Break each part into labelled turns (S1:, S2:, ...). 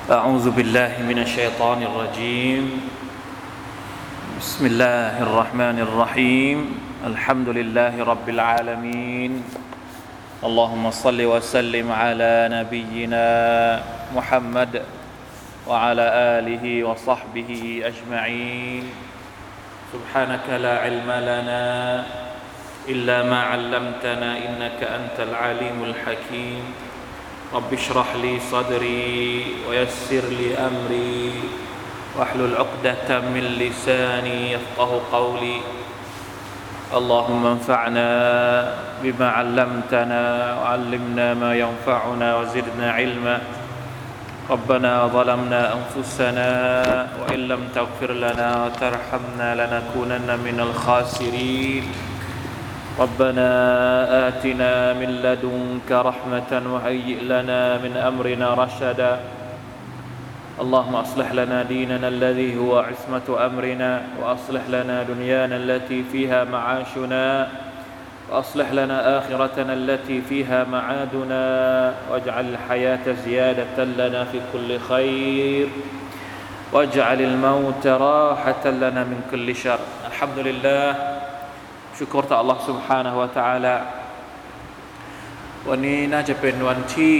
S1: أعوذ بالله من الشيطان الرجيم بسم الله الرحمن الرحيم الحمد لله رب العالمين اللهم صل وسلم على نبينا محمد وعلى آله وصحبه أجمعين سبحانك لا علم لنا إلا ما علمتنا إنك أنت العليم الحكيم رب اشرح لي صدري ويسر لي أمري واحلل عقدة من لساني يفقه قولي اللهم انفعنا بما علمتنا وعلمنا ما ينفعنا وزدنا علما ربنا ظلمنا أنفسنا وإن لم تغفر لنا وترحمنا لنكونن من الخاسرين ربنا آتنا من لدنك رحمة وهيئ لنا من أمرنا رشدا اللهم أصلح لنا ديننا الذي هو عصمة أمرنا وأصلح لنا دنيانا التي فيها معاشنا وأصلح لنا آخرتنا التي فيها معادنا واجعل الحياة زيادة لنا في كل خير واجعل الموت راحة لنا من كل شر الحمد للهชุกรต่อ Allah سبحانه และ تعالى วันนี้น่าจะเป็นวันที่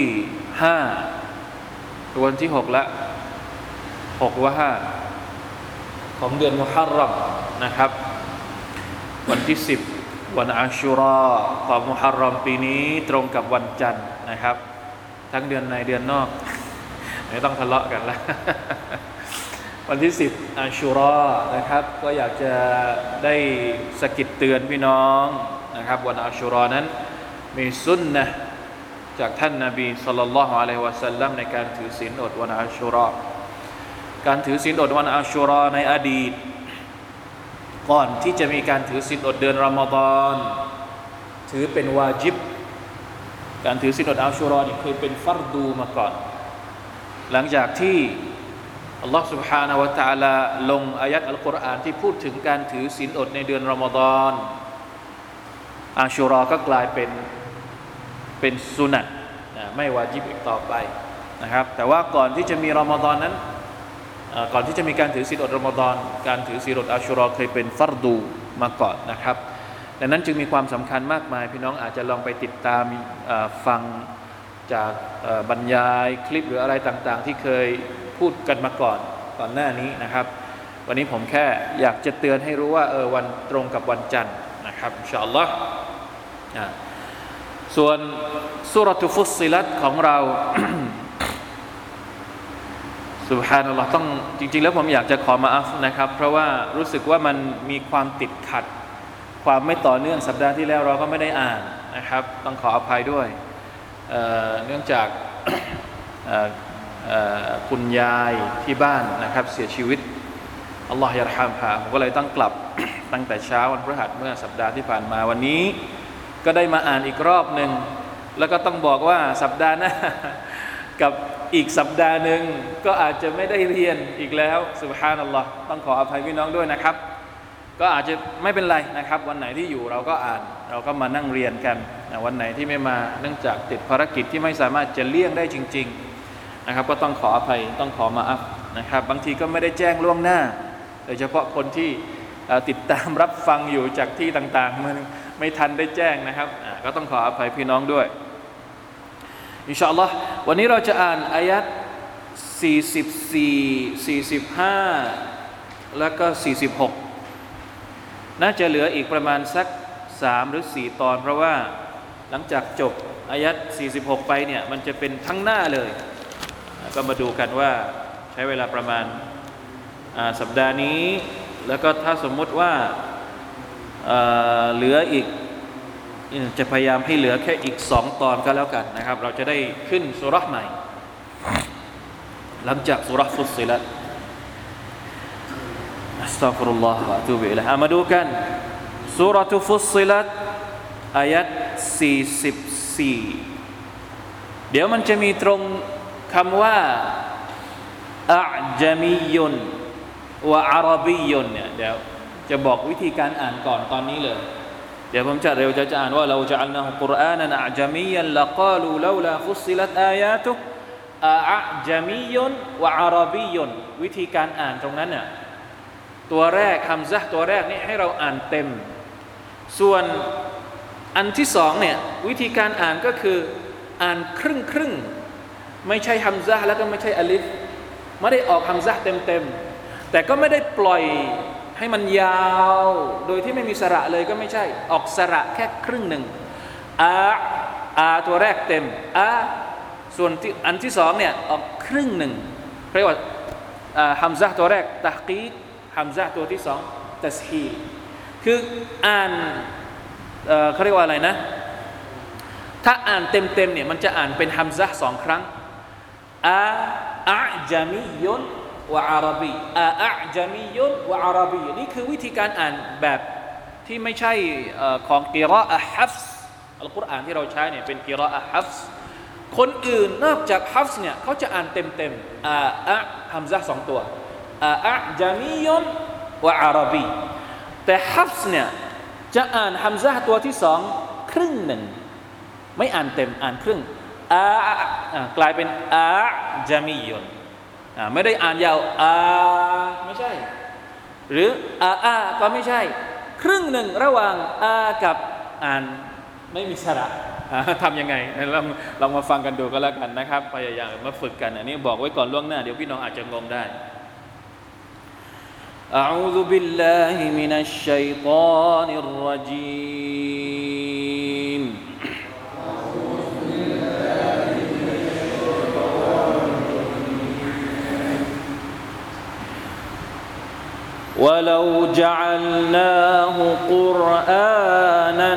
S1: 5หรือวันที่6ละ6ว่า5ของเดือนมุฮัรรอมนะครับวันที่10วันอาชูราของมุฮัรรอมปีนี้ตรงกับวันจันทร์นะครับทั้งเดือนในเดือนนอกไม่ต้องทะเลาะกันละวันที่10อาชูรานะครับก็อยากจะได้สะกิดเตือนพี่น้องนะครับวันอาชูรานั้นมีสุนนะห์จากท่านนบีศ็อลลัลลอฮุอะลัยฮิวะซัลลัมในการถือศีลอดวันอาชูราการถือศีลอดวันอาชูราในอดีตก่อนที่จะมีการถือศีลอดเดือนรอมฎอนถือเป็นวาญิบการถือศีลอดอาชูรานี่เคยเป็นฟัรดูมาก่อนหลังจากที่อัลลอฮฺ سبحانه และ تعالى ลงอายัดอัลกุรอานที่พูดถึงการถือศีลอดในเดือนรอมฎอนอาชูราก็กลายเป็นสุนัตไม่วาญิบอีกต่อไปนะครับแต่ว่าก่อนที่จะมีรอมฎอนนั้นก่อนที่จะมีการถือศีลอดรอมฎอนการถือศีลอดอาชูราเคยเป็นฟัรดูมาก่อนนะครับดังนั้นจึงมีความสำคัญมากมายพี่น้องอาจจะลองไปติดตามฟังจากบรรยายคลิปหรืออะไรต่างๆที่เคยพูดกันมาก่อนหน้านี้นะครับวันนี้ผมแค่อยากจะเตือนให้รู้ว่าวันตรงกับวันจันทร์นะครับอินชาอัลลอฮ์ส่วนซูเราะตุฟุศซิลัตของเรา ซุบฮานัลลอฮ์ต้องจริงๆแล้วผมอยากจะขอมาอัฟนะครับเพราะว่ารู้สึกว่ามันมีความติดขัดความไม่ต่อเนื่องสัปดาห์ที่แล้วเราก็ไม่ได้อ่านนะครับต้องขออภัยด้วยเนื่องจากคุณยายที่บ้านนะครับเสียชีวิตอัลลอฮฺยะรฮัมฮาผมก็เลยต้องกลับ ตั้งแต่เช้าวันพฤหัสเมื่อสัปดาห์ที่ผ่านมาวันนี้ก็ได้มาอ่านอีกรอบหนึ่งแล้วก็ต้องบอกว่าสัปดาห์หน้า กับอีกสัปดาห์หนึ่งก็อาจจะไม่ได้เรียนอีกแล้วซุบฮานัลลอฮ์ต้องขออภัยพี่น้องด้วยนะครับก็อาจจะไม่เป็นไรนะครับวันไหนที่อยู่เราก็อ่านเราก็มานั่งเรียนกันวันไหนที่ไม่มาเนื่องจากติดภารกิจที่ไม่สามารถจะเลี่ยงได้จริงๆนะครับก็ต้องขออภัยต้องขอมาอัฟนะครับบางทีก็ไม่ได้แจ้งล่วงหน้าโดยเฉพาะคนที่ติดตามรับฟังอยู่จากที่ต่างๆมันไม่ทันได้แจ้งนะครับก็ต้องขออภัยพี่น้องด้วยอินชาอัลลอฮ์วันนี้เราจะอ่านอายัด44 45แล้วก็46น่าจะเหลืออีกประมาณสัก3หรือ4ตอนเพราะว่าหลังจากจบอายัด46ไปเนี่ยมันจะเป็นทั้งหน้าเลยก็มาดูกันว่าใช้เวลาประมาณสัปดาห์นี้แล้วก็ถ้าสมมุติว่าเหลืออีกจะพยายามให้เหลือแค่อีก2ตอนก็แล้วกันนะครับเราจะได้ขึ้นซูเราะห์ใหม่หลังจากซูเราะห์ฟุศซิลัตอัสตัฆฟิรุลลอฮ์วะอะตูบิอิลัยฮิมาดูกันซูเราะตุฟุศซิลัตอายัด44เดี๋ยวมันจะมีตรงคำว่าอะญะมียุนวะอะรอบียุนเนี่ยเดี๋ยวจะบอกวิธีการอ่านก่อนตอนนี้เลย เดี๋ยวผมจะเร็วจะอ่านว่าเราจะอัลนะฮุกุรอานันอะจามียันละกาลูลาลาฟุศซิลัตอายาตุอะจามียุนวะอาราบียุนวิธีการอ่านตรงนั้นเนี่ยตัวแรกฮัมซะห์ตัวแรกนี่ให้เราอ่านเต็มส่วนอันที่สองเนี่ยวิธีการอ่านก็คืออ่านครึ่งไม่ใช่ฮัมซะห์แล้วก็ไม่ใช่อลิฟไม่ได้ออกฮัมซะห์เต็มแต่ก็ไม่ได้ปล่อยให้มันยาวโดยที่ไม่มีสระเลยก็ไม่ใช่ออกสระแค่ครึ่งหนึ่งอาตัวแรกเต็มส่วนที่อันที่สองเนี่ยออกครึ่งหนึ่งเรียกว่าฮัมซะห์ตัวแรกตะกีกฮัมซะห์ตัวที่สองตัสฮีลคืออ่านเขาเรียกว่าอะไรนะถ้าอ่านเต็มเนี่ยมันจะอ่านเป็นฮัมซะห์สองครั้งอะจามียุนวะอาราบีอะจามียุนวะอาราบีนี่คือวิธีการอ่านแบบที่ไม่ใช่ของกิรออะห์ฮัฟซ์อัลกุรอานที่เราใช้เนี่ยเป็นกิรออะห์ฮัฟซ์คนอื่นนอกจากฮัฟซ์เนี่ยเขาจะอ่านเต็มฮัมซะห์สองตัวอะจามียุนวะอาราบีแต่ฮัฟซ์เนี่ยจะอ่านฮัมซะห์ตัวที่สองครึ่งหนึ่งไม่อ่านเต็มอ่านครึ่งกลายเป็นจามียุนไม่ได้อ่านยาวไม่ใช่หรือก็ไม่ใช่ครึ่งหนึ่งระหว่างกับอ่านไม่มีสระทำยังไงลองมาฟังกันดูก็แล้วกันนะครับพยายามมาฝึกกันอันนี้บอกไว้ก่อนล่วงหน้าเดี๋ยวพี่น้องอาจจะงงได้أعوذ بالله من الشيطان الرجيم ولو جعلناه قرآنا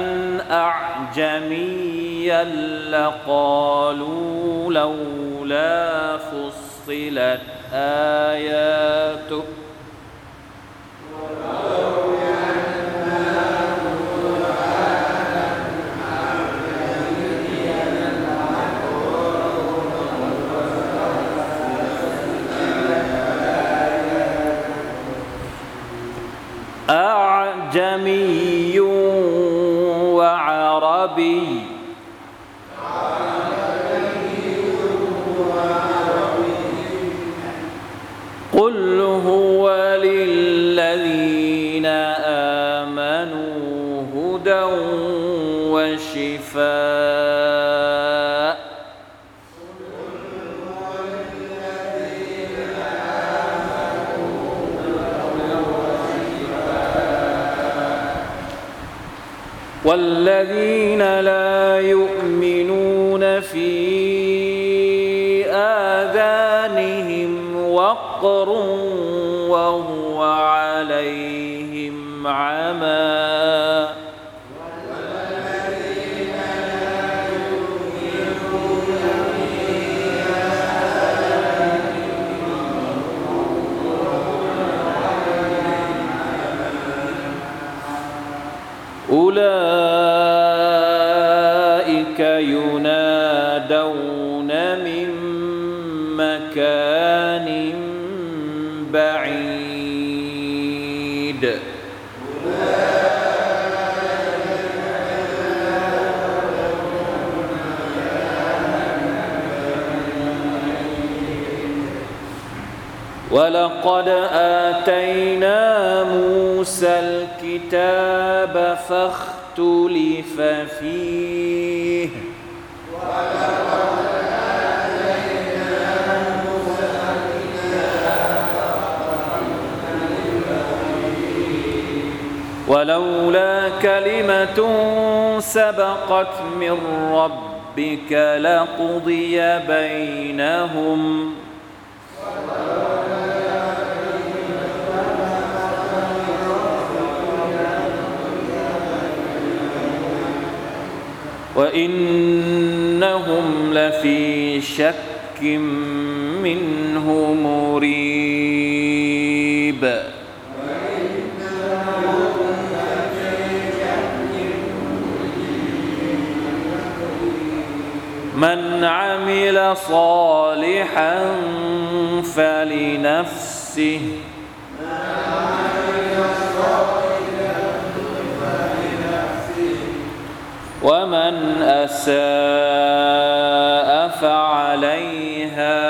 S1: أعجميا لقالوا لولا فصلت آياته أعجمي وعربي قل هو للذين آمنوا هدى وشفاء والذين لا يؤمنون في آذانهم وقر وهو عليهم عمى أولئك ينادون من مكان بعيد ولقد آتينا موسى الكتاب فاختلف فيه ولولا كلمة سبقت من ربك لقضي بينهم وإنهم لفي شك منه مريب من عمل صالحا فلنفسه ومن أساء فعليها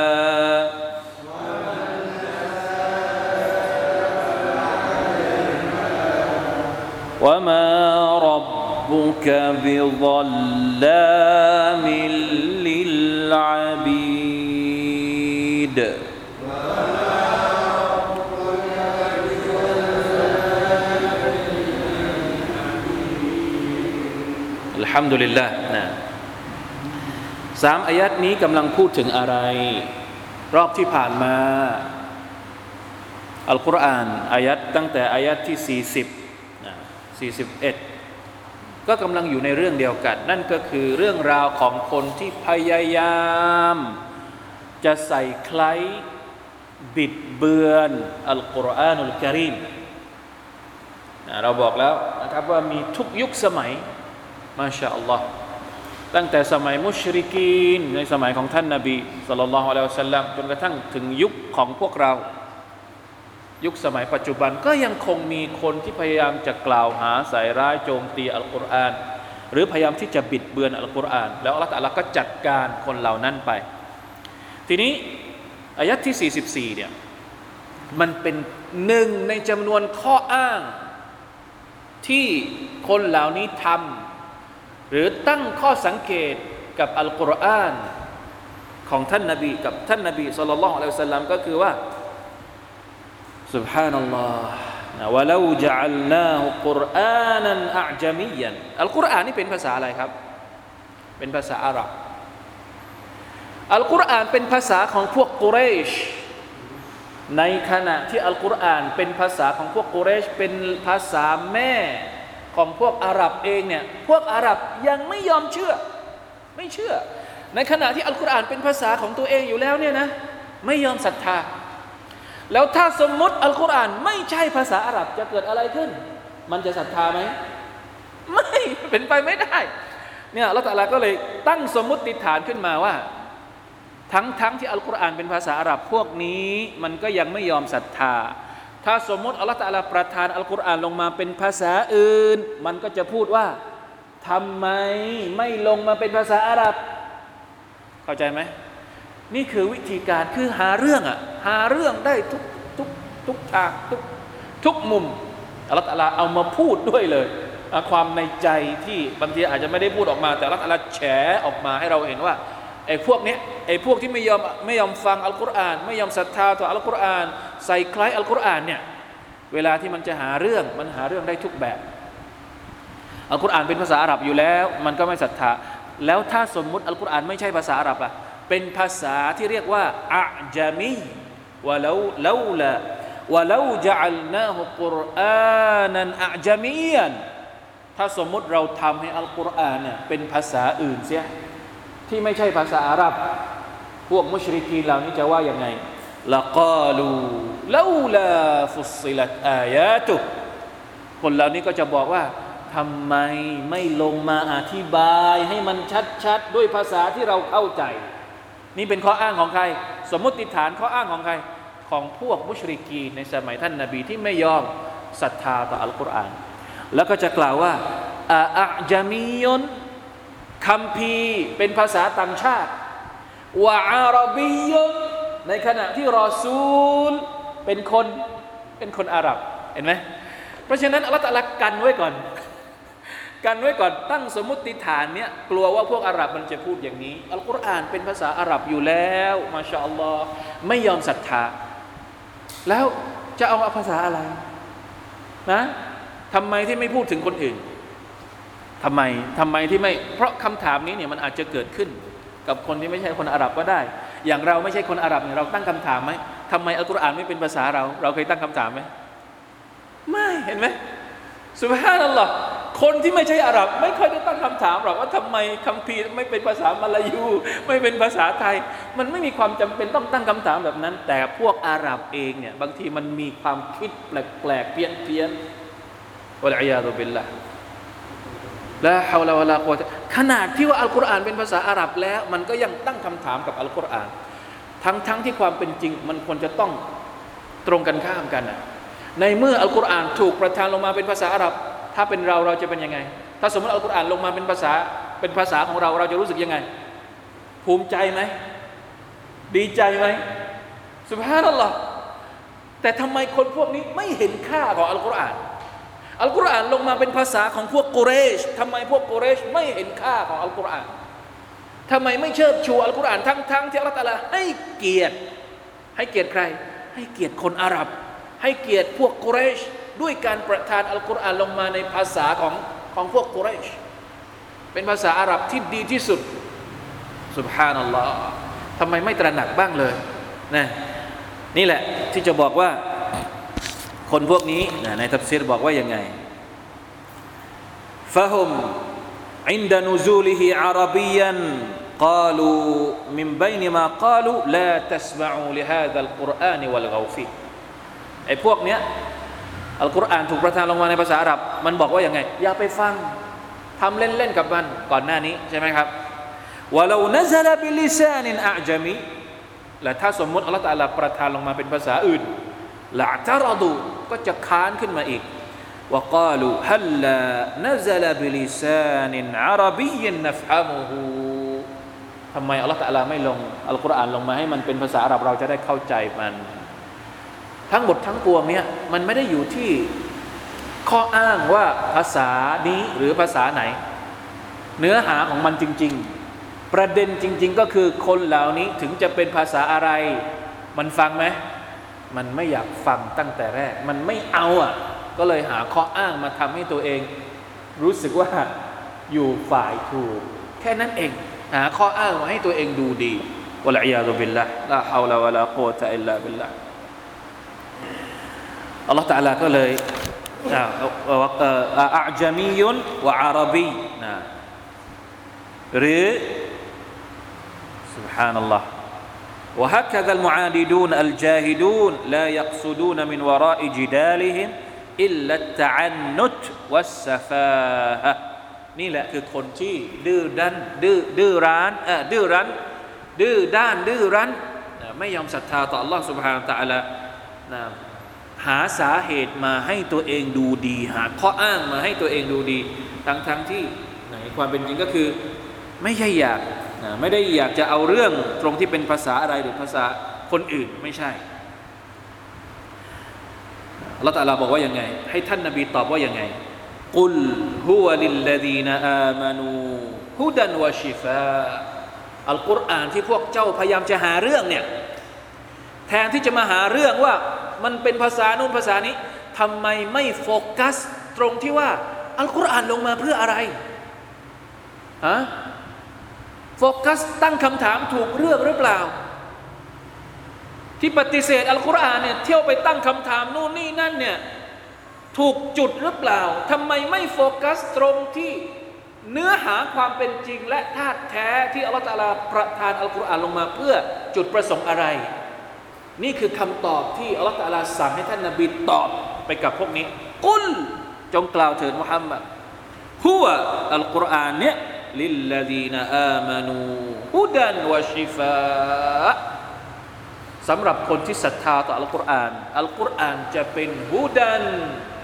S1: وما ربك بظلام للعبيد الحمد لله นะ3อายัดนี้กำลังพูดถึงอะไรรอบที่ผ่านมาอัลกุรอานอายัดตั้งแต่อายัดที่40 41ก็กำลังอยู่ในเรื่องเดียวกันนั่นก็คือเรื่องราวของคนที่พยายามจะใส่ไคล้บิดเบือนอัลกุรอานุลกะรีมเราบอกแล้วนะครับว่ามีทุกยุคสมัยมาชาอัลลอฮ์ตั้งแต่สมัยมุชริกีนในสมัยของท่านนบีศ็อลลัลลอฮุอะลัยฮิวะซัลลัมจนกระทั่งถึงยุคของพวกเรายุคสมัยปัจจุบันก็ยังคงมีคนที่พยายามจะกล่าวหาใส่ร้ายโจมตีอัลกุรอานหรือพยายามที่จะบิดเบือนอัลกุรอานแล้วอัลเลาะห์ตะอาลาก็จัดการคนเหล่านั้นไปทีนี้อายัดที่44เนี่ยมันเป็นหนึ่งในจำนวนข้ออ้างที่คนเหล่านี้ทำหรือตั้งข้อสังเกตกับอัลกุรอานของท่านนบีกับท่านนบีศ็อลลัลลอฮุอะลัยฮิวะซัลลัมก็คือว่าسبحان الله ولو جعلناه قرآنا أعجميا อัลกุรอานนี่เป็นภาษาอะไรครับเป็นภาษาอาหรับอัลกุรอานเป็นภาษาของพวกกุเรชในขณะที่อัลกุรอานเป็นภาษาของพวกกุเรชเป็นภาษาแม่ของพวกอาหรับเองเนี่ยพวกอาหรับยังไม่ยอมเชื่อไม่เชื่อในขณะที่อัลกุรอานเป็นภาษาของตัวเองอยู่แล้วเนี่ยนะไม่ยอมศรัทธาแล้วถ้าสมมติอัลกุรอานไม่ใช่ภาษาอาหรับจะเกิดอะไรขึ้นมันจะศรัทธาไหมไม่เป็นไปไม่ได้เนี่ยอัลเลาะห์ตะอาลาก็เลยตั้งสมมุติฐานขึ้นมาว่าทั้งที่อัลกุรอานเป็นภาษาอาหรับพวกนี้มันก็ยังไม่ยอมศรัทธาถ้าสมมติอัลเลาะห์ตะอาลาประทานอัลกุรอานลงมาเป็นภาษาอื่นมันก็จะพูดว่าทำไมไม่ลงมาเป็นภาษาอาหรับเข้าใจไหมนี่คือวิธีการคือหาเรื่องได้ทุกทางทุกมุมอัลเลาะห์ตะอาลาเอามาพูดด้วยเลยความในใจที่บางทีอาจจะไม่ได้พูดออกมาแต่อัลเลาะห์ตะอาลาแฉออกมาให้เราเห็นว่าไอ้พวกนี้ไอ้พวกที่ไม่ยอมฟังอัลกุรอานไม่ยอมศรัทธาต่ออัลกุรอานใส่คล้ายอัลกุรอานเนี่ยเวลาที่มันจะหาเรื่องมันหาเรื่องได้ทุกแบบอัลกุรอานเป็นภาษาอาหรับอยู่แล้วมันก็ไม่ศรัทธาแล้วถ้าสมมุติอัลกุรอานไม่ใช่ภาษาอาหรับล่ะเป็นภาษาที่เรียกว่าอะจามีวะลาจะอัลนาฮุกุรอานันอะจามียันถ้าสมมุติเราทำให้อัลกุรอานเนี่ยเป็นภาษาอื่นเสียที่ไม่ใช่ภาษาอาหรับพวกมุชริกีนเหล่านี้จะว่ายังไงละกาลูลาลาฟุศซิลัตอายาตุคนเหล่านี้ก็จะบอกว่าทำไมไม่ลงมาอธิบายให้มันชัดๆด้วยภาษาที่เราเข้าใจนี่เป็นข้ออ้างของใครสมมติฐานข้ออ้างของใครของพวกมุชริกีนในสมัยท่านนบีที่ไม่ยอมศรัทธาต่ออัลกุรอานแล้วก็จะกล่าวว่าอะจามียุนคัมภีร์เป็นภาษาต่างชาติวะอาหรับียุนในขณะที่รอซูลเป็นคนอาหรับเห็นไหมเพราะฉะนั้นอัลเลาะห์ตะอาลากันไว้ก่อนตั้งสมมุติฐานเนี้ยกลัวว่าพวกอาหรับมันจะพูดอย่างนี้อัลกุรอานเป็นภาษาอาหรับอยู่แล้วมาชาอัลลอฮ์ไม่ยอมศรัทธาแล้วจะเอาภาษาอะไรนะทำไมที่ไม่พูดถึงคนอื่นทำไมที่ไม่เพราะคำถามนี้เนี่ยมันอาจจะเกิดขึ้นกับคนที่ไม่ใช่คนอาหรับก็ได้อย่างเราไม่ใช่คนอาหรับเนี่ยเราตั้งคำถามไหมทำไมอัลกุรอานไม่เป็นภาษาเราเคยตั้งคำถามไหมไม่เห็นไหมซุบฮานัลลอฮ์คนที่ไม่ใช่อาหรับไม่ค่อยได้ตั้งคำถามหรอกว่าทำไมคัมภีร์ไม่เป็นภาษามลายูไม่เป็นภาษาไทยมันไม่มีความจำเป็นต้องตั้งคำถามแบบนั้นแต่พวกอาหรับเองเนี่ยบางทีมันมีความคิดแปลกๆเพี้ยนวะลัยยาซุบิลลาห์ลาฮาวลาวะลากุวะตะขนาดที่ว่าอัลกุรอานเป็นภาษาอาหรับแล้วมันก็ยังตั้งคำถามกับอัลกุรอานทั้งที่ความเป็นจริงมันควรจะต้องตรงกันข้ามกันน่ะในเมื่ออัลกุรอานถูกประทานลงมาเป็นภาษาอาหรับถ้าเป็นเราจะเป็นยังไงถ้าสมมติอัลกุรอานลงมาเป็นภาษาของเราจะรู้สึกยังไงภูมิใจไหมดีใจไหมซุบฮานัลลอฮ์แต่ทำไมคนพวกนี้ไม่เห็นค่าของอัลกุรอานอัลกุรอานลงมาเป็นภาษาของพวกกุเรชทำไมพวกกุเรชไม่เห็นค่าของอัลกุรอานทำไมไม่เชิดชูอัลกุรอานทั้งที่อัลลอฮฺตะอาลาให้เกียรติใครให้เกียรติคนอาหรับให้เกียรติพวกกุเรชด้วยการประทานอัลกุรอานลงมาในภาษาของพวกกุเรชเป็นภาษาอาหรับที่ดีที่สุดซุบฮานัลลอฮ์ทำไมไม่ตระหนักบ้างเลยนะนี่แหละที่จะบอกว่าคนพวกนี้ในตัฟซีรบอกว่ายังไงฟะฮุมعند نزوله عربيا قالوا من بين ما قالوا لا تسمعوا لهذا القرآن والغوا فيه ไอ้พวกเนี้ยอัลกุรอานถูกประทานลงมาในภาษาอาหรับมันบอกว่ายังไงอย่าไปฟังทำเล่นๆกับมันก่อนหน้านี้ใช่ไหมครับولو نزل بلسان أعجمي และถ้าสมมติอัลเลาะห์ตะอาลาประทานลงมาเป็นภาษาอื่นละอ์ตะรอดูก็จะค้านขึ้นมาอีกوقالوا هلا نزل بلسان عربي نفهمه ทำไมอัลเลาะห์ตะอาลาไม่ลงอัลกุรอานลงมาให้มันเป็นภาษาอาหรับเราจะได้เข้าใจมันทั้งหมดทั้งปวงเนี่ยมันไม่ได้อยู่ที่ข้ออ้างว่าภาษานี้หรือภาษาไหนเนื้อหาของมันจริงๆประเด็นจริงๆก็คือคนเหล่านี้ถึงจะเป็นภาษาอะไรมันฟังไหมมันไม่อยากฟังตั้งแต่แรกมันไม่เอาก็เลยหาข้ออ้างมาทำให้ตัวเองรู้สึกว่าอยู่ฝ่ายถูกแค่นั้นเองหาข้ออ้างมาให้ตัวเองดูดีวะลัยยาซุบิลลาฮ์ลาฮาวละวะลากุวะตะอิลลาบิลลาฮ์อัลเลาะห์ตะอาลาก็เลยอะจามียุนวะอาระบีนะหรือ سبحان الله وهكذا المعاندون الجاهدون لا يقصدون من وراء جدالهم إلا التعنت والسفاهة นี่แหละคือคนที่ดื้อด้านดื้อรั้นไม่ยอมศรัทธาต่อ Allah سبحانه และ تعالى หาสาเหตุมาให้ตัวเองดูดีหาข้ออ้างมาให้ตัวเองดูดีทั้งที่ในความเป็นจริงก็คือไม่ได้อยากจะเอาเรื่องตรงที่เป็นภาษาอะไรหรือภาษาคนอื่นไม่ใช่อัลเลาะห์ตะอาลาบอกว่ายังไงให้ท่านนบีตอบว่ายังไงกุลฮุวะลิลลซีนาอามานูฮุดันวะชิฟาอัลกุรอานที่พวกเจ้าพยายามจะหาเรื่องเนี่ยแทนที่จะมาหาเรื่องว่ามันเป็นภาษาโน้นภาษานี้ทำไมไม่โฟกัสตรงที่ว่าอัลกุรอานลงมาเพื่ออะไรโฟกัสตั้งคำถามถูกเรื่องหรือเปล่าที่ปฏิเสธอัลกุรอานเนี่ยเที่ยวไปตั้งคำถามนู่นนี่นั่นเนี่ยถูกจุดหรือเปล่าทำไมไม่โฟกัสตรงที่เนื้อหาความเป็นจริงและธาตุแท้ที่อัลเลาะห์ตะอาลาประทานอัลกุรอานลงมาเพื่อจุดประสงค์อะไรนี่คือคำตอบที่อัลเลาะห์ตะอาลาสั่งให้ท่านนบีตอบไปกับพวกนี้กุลจงกล่าวเถิดมุฮัมมัดฮุวะอัลกุรอานเนี่ยลิลลซีนาอามานูฮุดันวะชิฟาสำหรับคนที่ศรัทธาต่ออัลกุรอานจะเป็นฮุดัน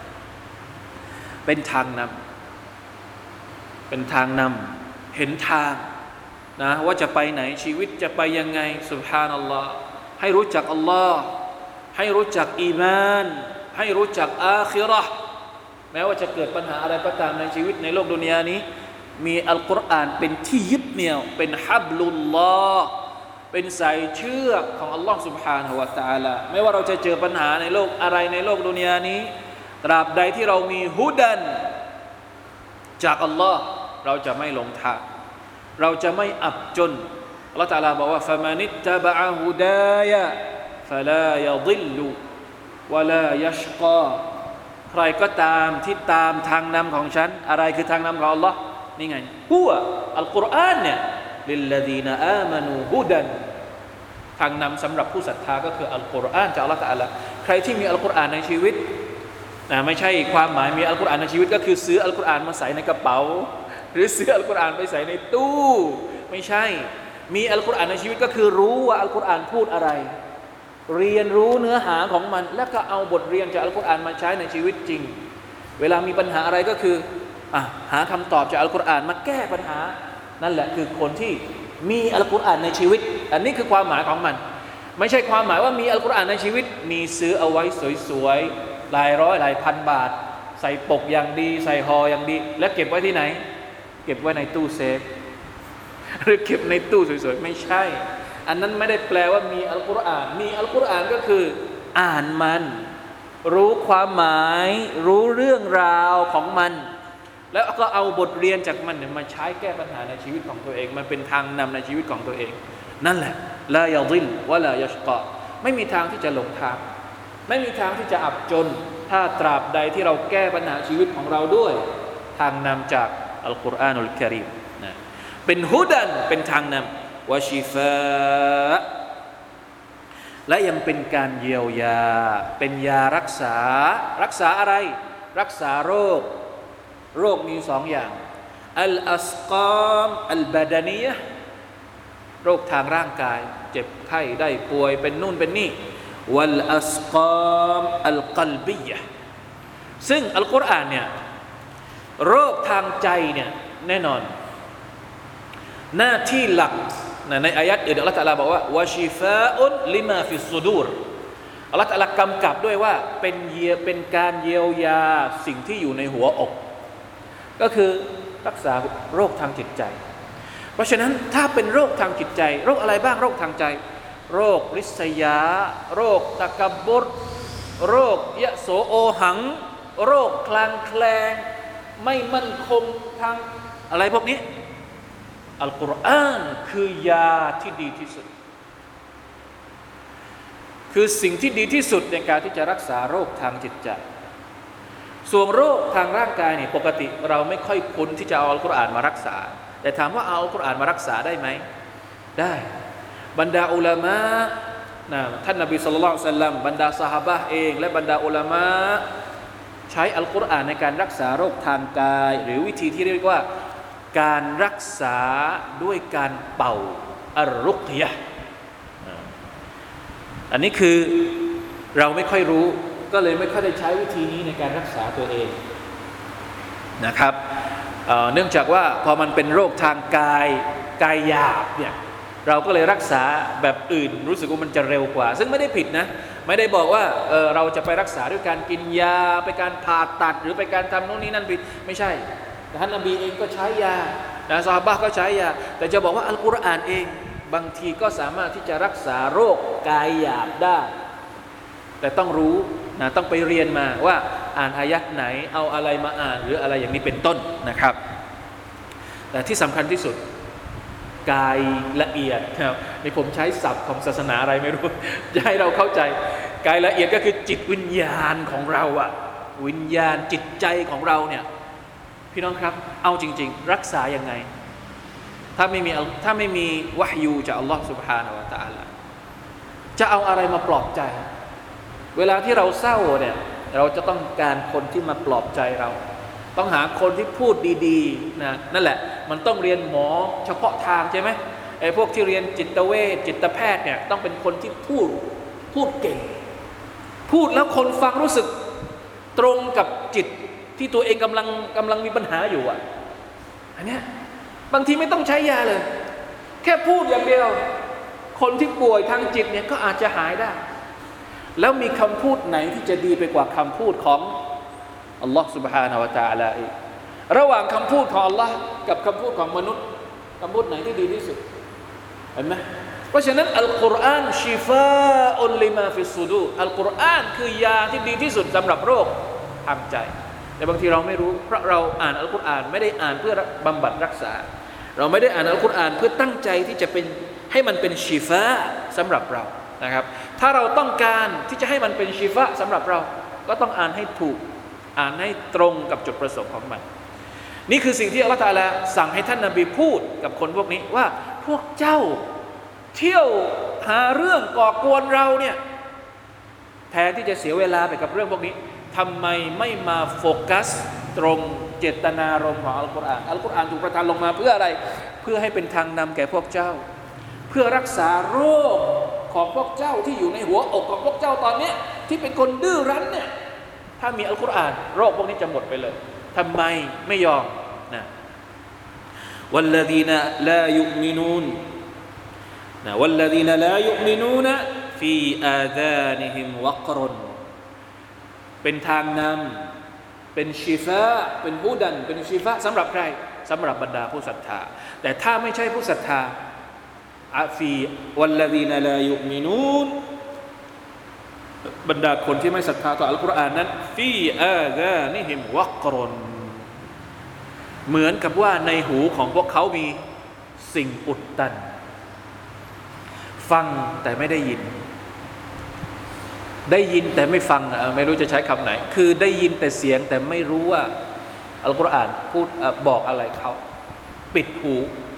S1: เป็นทางนำเห็นทางนะว่าจะไปไหนชีวิตจะไปยังไงซุบฮานัลลอฮ์ให้รู้จักอัลลอฮ์ให้รู้จักอีมานให้รู้จักอาคิเราะห์แม้ว่าจะเกิดปัญหาอะไรก็ตามในชีวิตในโลกดุนยานี้มีอัลกุรอานเป็นที่ยึดเหนี่ยวเป็นฮับลุลลอฮ์เป็นสายเชือกของอัลลอฮ์ سبحانه และ تعالى ไม่ว่าเราจะเจอปัญหาในโลกอะไรในโลกดุนยานี้ตราบใดที่เรามีฮุดันจากอัลลอฮ์เราจะไม่หลงทางเราจะไม่อับจนอัลลอฮ์ تعالى บอกว่า فمن اتبع هداي فلا يضل ولا يشقى ใครก็ตามที่ตามทางนำของฉันอะไรคือทางนำของอัลลอฮ์นี่ไงฮุวะอัลกุรอานเนี่ยลิลลซีนาอามานูฮุดันทางนำสำหรับผู้ศรัทธาก็คืออัลกุรอานจากอัลเลาะห์ตะอาลาใครที่มีอัลกุรอานในชีวิตไม่ใช่ความหมายมีอัลกุรอานในชีวิตก็คือซื้ออัลกุรอานมาใส่ในกระเป๋าหรือซื้ออัลกุรอานไปใส่ในตู้ไม่ใช่มีอัลกุรอานในชีวิตก็คือรู้ว่าอัลกุรอานพูดอะไรเรียนรู้เนื้อหาของมันแล้วก็เอาบทเรียนจากอัลกุรอานมาใช้ในชีวิตจริงเวลามีปัญหาอะไรก็คือหาคำตอบจากอัลกุรอานมาแก้ปัญหานั่นแหละคือคนที่มีอัลกุรอานในชีวิตอันนี้คือความหมายของมันไม่ใช่ความหมายว่ามีอัลกุรอานในชีวิตมีซื้อเอาไว้สวยๆหลายร้อยหลายพันบาทใส่ปกอย่างดีใส่ห่ออย่างดีแล้วเก็บไว้ที่ไหนเก็บไว้ในตู้เซฟหรือเก็บในตู้สวยๆไม่ใช่อันนั้นไม่ได้แปลว่ามีอัลกุรอานมีอัลกุรอานก็คืออ่านมันรู้ความหมายรู้เรื่องราวของมันแล้วก็เอาบทเรียนจากมันเนี่ยมาใช้แก้ปัญหาในชีวิตของตัวเองมันเป็นทางนำในชีวิตของตัวเองนั่นแหละลายาดิลวะลายัชกอไม่มีทางที่จะหลงทางไม่มีทางที่จะอับจนถ้าตราบใดที่เราแก้ปัญหาชีวิตของเราด้วยทางนำจากอัลกุรอานุลกะรีมนะเป็นฮุดันเป็นทางนำวะชิฟาและยังเป็นการเยียวยาเป็นยารักษาอะไรรักษาโรคมีสองอย่างอัลอัสกามอัลบาดานียะโรคทางร่างกายเจ็บไข้ได้ป่วยเป็นนู่นเป็นนี่วัลอัสกามอัลกัลบียะซึ่งอัลกุรอานเนี่ยโรคทางใจเนี่ยแน่นอนหน้าที่หลักในอายะห์อื่นอัลเลาะห์ตะอาลาบอกว่าวะชิฟาอุนลิมาฟิสซุดูรอัลเลาะห์ตะอาลากำกับด้วยว่าเป็นการเยียวยาสิ่งที่อยู่ในหัวอกก็คือรักษาโรคทางจิตใจเพราะฉะนั้นถ้าเป็นโรคทางจิตใจโรคอะไรบ้างโรคทางใจโรคริษยาโรคตะกับบรุโรคยะโสโอหังโรคคลางแคลงไม่มั่นคงทางอะไรพวกนี้อัลกุรอานคือยาที่ดีที่สุดคือสิ่งที่ดีที่สุดในการที่จะรักษาโรคทางจิตใจส่วนโรคทางร่างกายนี่ปกติเราไม่ค่อยคุ้นที่จะเอาอัลกุรอานมารักษาแต่ถามว่าเอาอัลกุรอานมารักษาได้ไหมได้บรรดาอุลามะท่านนบีศ็อลลัลลอฮุอะลัยฮิวะซัลลัมบรรดาซอฮาบะห์เองและบรรดาอุลามะใช้อัลกุรอานในการรักษาโรคทางกายหรือวิธีที่เรียกว่าการรักษาด้วยการเป่าอัรรุกยะห์อันนี้คือเราไม่ค่อยรู้ก็เลยไม่ค่อยได้ใช้วิธีนี้ในการรักษาตัวเองนะครับเนื่องจากว่าพอมันเป็นโรคทางกายหยาบเนี่ยเราก็เลยรักษาแบบอื่นรู้สึกว่ามันจะเร็วกว่าซึ่งไม่ได้ผิดนะไม่ได้บอกว่าเราจะไปรักษาด้วยการกินยาไปการผ่าตัดหรือไปการทำโน่นนี่นั่นผิดไม่ใช่ท่านนบีเองก็ใช้ยาซอฮาบะห์ก็ใช้ยาแต่จะบอกว่าอัลกุรอานเองบางทีก็สามารถที่จะรักษาโรคกายหยาบได้แต่ต้องรู้นะต้องไปเรียนมาว่าอ่านอายะห์ไหนเอาอะไรมาอ่านหรืออะไรอย่างนี้เป็นต้นนะครับแต่ที่สำคัญที่สุดกายละเอียดครับนี่ผมใช้ศัพท์ของศาสนาอะไรไม่รู้จะให้เราเข้าใจกายละเอียดก็คือจิตวิญญาณของเราอะวิญญาณจิตใจของเราเนี่ยพี่น้องครับเอาจริงๆรักษายังไงถ้าไม่มีวะฮยูจากอัลลอฮฺ سبحانه และ تعالى จะเอาอะไรมาปลอบใจเวลาที่เราเศร้าเนี่ยเราจะต้องการคนที่มาปลอบใจเราต้องหาคนที่พูดดีๆนะนั่นแหละมันต้องเรียนหมอเฉพาะทางใช่ไหมไอ้พวกที่เรียนจิตเวชจิตแพทย์เนี่ยต้องเป็นคนที่พูดเก่งพูดแล้วคนฟังรู้สึกตรงกับจิตที่ตัวเองกำลังมีปัญหาอยู่อ่ะอันเนี้ยบางทีไม่ต้องใช้ยาเลยแค่พูดอย่างเดียวคนที่ป่วยทางจิตเนี่ยก็อาจจะหายได้แล้วมีคำพูดไหนที่จะดีไปกว่าคำพูดของอัลลอฮฺ سبحانه และ تعالى ระหว่างคำพูดของอัลลอฮ์กับคำพูดของมนุษย์คำพูดไหนที่ดีที่สุดเห็นไหมเพราะฉะนั้นอัลกุรอานชิฟาอุลลิมาฟิสซุดูรอัลกุรอานคือยาที่ดีที่สุดสำหรับโรคทางใจแต่บางทีเราไม่รู้เพราะเราอ่านอัลกุรอานไม่ได้อ่านเพื่อบำบัดรักษาเราไม่ได้อ่านอัลกุรอานเพื่อตั้งใจที่จะเป็นให้มันเป็นชิฟาสำหรับเรานะครับถ้าเราต้องการที่จะให้มันเป็นชิฟาสำหรับเราก็ต้องอ่านให้ถูกอ่านให้ตรงกับจุดประสงค์ของมันนี่คือสิ่งที่อัลเลาะห์ตะอาลาสั่งให้ท่านนบีพูดกับคนพวกนี้ว่าพวกเจ้าเที่ยวหาเรื่องก่อกวนเราเนี่ยแทนที่จะเสียเวลาไปกับเรื่องพวกนี้ทำไมไม่มาโฟกัสตรงเจตนารมณ์ของอัลกุรอานอัลกุรอานถูกประทานลงมาเพื่ออะไรเพื่อให้เป็นทางนำแก่พวกเจ้าเพื่อรักษาโรคของพวกเจ้าที่อยู่ในหัวอกของพวกเจ้าตอนนี้ที่เป็นคนดื้อรั้นเนี่ยถ้ามีอัลกุรอานโรคพวกนี้จะหมดไปเลยทำไมไม่ยอมนะوالذين لا يؤمنون والذين لا يؤمنون في آذانهم وقر เป็นทางนำเป็นชีฟะเป็นผู้ดันเป็นชีฟะสำหรับใครสำหรับบรรดาผู้ศรัทธาแต่ถ้าไม่ใช่ผู้ศรัทธาอาฟีวัลลดีนลายุมินูนบรรดาคนที่ไม่ศรัทธาต่ออัลกุรอานนั้นฟีอาซานิฮิมวักรนเหมือนกับว่าในหูของพวกเขามีสิ่งอุดตันฟังแต่ไม่ได้ยินแต่ไม่ฟังไม่รู้จะใช้คำไหนคือได้ยินแต่เสียงแต่ไม่รู้ว่าอัลกุรอานพูดบอกอะไรเขาปิดหู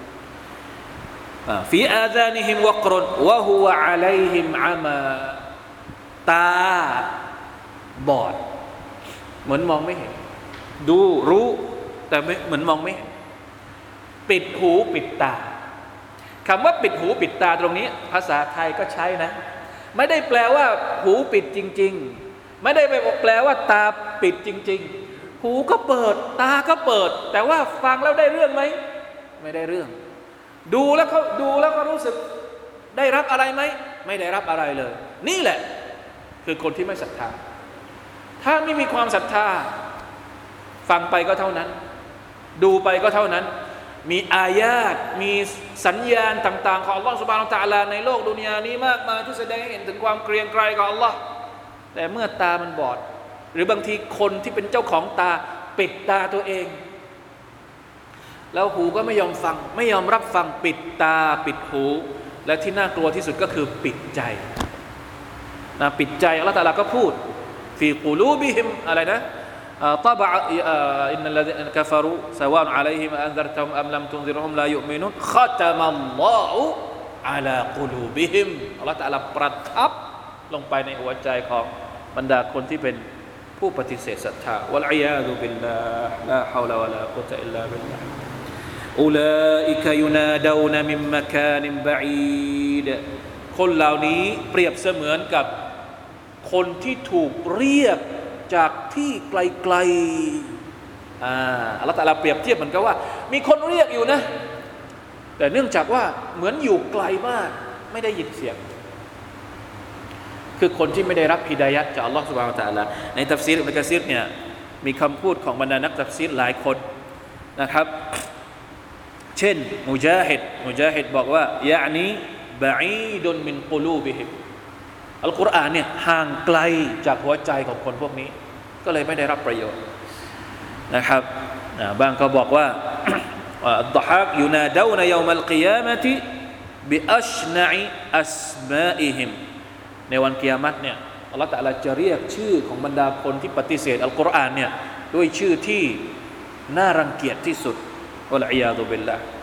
S1: ฟีอาซานิฮิมวักรนวะฮุวะอะลัยฮิมอะมาตาบอดเหมือนมองไม่เห็นดูรู้แต่ไม่เหมือนมองไม่เห็นปิดหูปิดตาคำว่าปิดหูปิดตาตรงนี้ภาษาไทยก็ใช้นะไม่ได้แปลว่าหูปิดจริงๆไม่ได้แปลว่าตาปิดจริงๆหูก็เปิดตาก็เปิดแต่ว่าฟังแล้วได้เรื่องไหมไม่ได้เรื่องดูแล้วก็รู้สึกได้รับอะไรไหมไม่ได้รับอะไรเลยนี่แหละคือคนที่ไม่ศรัทธาถ้าไม่มีความศรัทธาฟังไปก็เท่านั้นดูไปก็เท่านั้นมีอายาตมีสัญญาณต่างๆของอัลลอฮฺซุบฮานะฮูวะตะอาลาในโลกดุนยานี้มากมายที่แสดงให้เห็นถึงความเกรียงไกรของอัลลอฮ์แต่เมื่อตามันบอดหรือบางทีคนที่เป็นเจ้าของตาปิดตาตัวเองแล้วหูก็ไม่ยอมฟังไม่ยอมรับฟังปิดตาปิดหูและที่น่ากลัวที่สุดก็คือปิดใจนะปิดใจอัลลอฮฺตะอาลาก็พูดฟีกุลูบิฮิมอะไรนะطبع إن الذين كفروا سواء عليهم أنذرتهم أم لم تنذرهم لا يؤمنون ختم الله على قلوبهم อัลเลาะห์ตะอาลาประทับลงไปในหัวใจของบรรดาคนที่เป็นผู้ปฏิเสธศรัทธาวัลอียาซุบิลลาฮ์ลาฮาวละวะลากุวะตะอิลลาบิลลาฮ์อุลาอิกะยุนาดาวนะมิมมะกานิบะอีดคนเหล่านี้เปรียบเสมือนกับคนที่ถูกเรียกจากที่ไกลๆอัลเลาะห์ตะอาลาเปรียบเทียบเหมือนกับว่ามีคนเรียกอยู่นะแต่เนื่องจากว่าเหมือนอยู่ไกลมากไม่ได้ยินเสียงคือคนที่ไม่ได้รับฮิดายะห์จากอัลเลาะห์ซุบฮานะฮูวะตะอาลาในตัฟซีรอิบนุกะซีรเนี่ยมีคำพูดของบรรดานักตัฟซีรหลายคนนะครับเช่นมุญาฮิดบอกว่ายะนีบะอีดุนมินกุลูบิฮิมอัลกุรอานเนี่ยห่างไกลจากหัวใจของคนพวกนี้ก็เลยไม่ได้รับประโยชน์นะครับบางก็บอกว่าอัฎฎอฮากยูนาดาวนะยอมัลกิยามะติบิอัชนะอิอัสมาอิฮิมในวันกิยามะฮ์เนี่ยอัลเลาะห์ตะอาลาจะเรียกชื่อของบรรดาคนที่ปฏิเสธอัลกุรอานเนี่ยด้วยชื่อที่น่ารังเกียจที่สุดวัลอียาซุบิลลาฮ์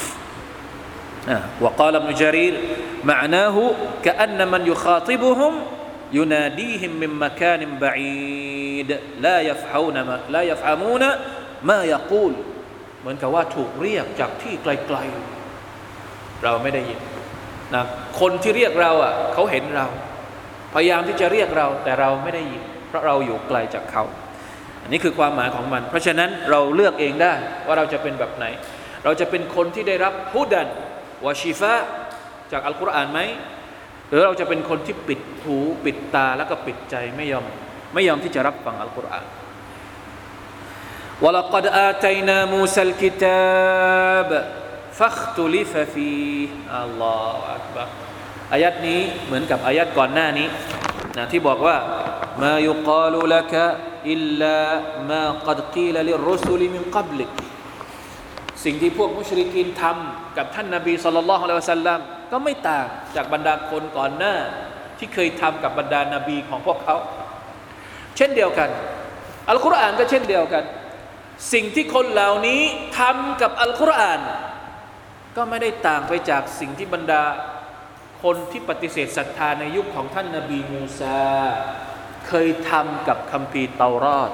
S1: وقال ابن جرير معناه كأن من يخاطبهم يناديهم من مكان بعيد لا يفهمون ما يقول เหมือนกับว่าถูกเรียกจากที่ไกลๆเราไม่ได้ยินนะคนที่เรียกเราเขาเห็นเราพยายามที่จะเรียกเราแต่เราไม่ได้ยินเพราะเราอยู่ไกลจากเขาอันนี้คือความหมายของมันเพราะฉะนั้นเราเลือกเองได้ว่าเราจะเป็นแบบไหนเราจะเป็นคนที่ได้รับฮุดันวะชิฟาจากอัลกุรอานไหมหรือเราจะเป็นคนที่ปิดหูปิดตาแล้วก็ปิดใจไม่ยอมที่จะรับฟังอัลกุรอานวะลักดอาตัยนามูซัลกิตาบฟัคตุลิฟะฟีอัลลอฮฺอักบัรอายัดนี้เหมือนกับอายัดก่อนหน้านี้นะที่บอกว่ามายุกาลุละกะอิลลามากัดกีลลิรรุสุลมินกับลิกสิ่งที่พวกมุชริกีนทำกับท่านนบีศ็อลลัลลอฮุอะลัยฮิวะซัลลัมก็ไม่ต่างจากบรรดาคนก่อนหน้าที่เคยทำกับบรรดานบีของพวกเขาเช่นเดียวกันอัลกุรอานก็เช่นเดียวกันสิ่งที่คนเหล่านี้ทำกับอัลกุรอานก็ไม่ได้ต่างไปจากสิ่งที่บรรดาคนที่ปฏิเสธศรัทธาในยุคของท่านนบีมูซาเคยทำกับคัมภีร์เตารอด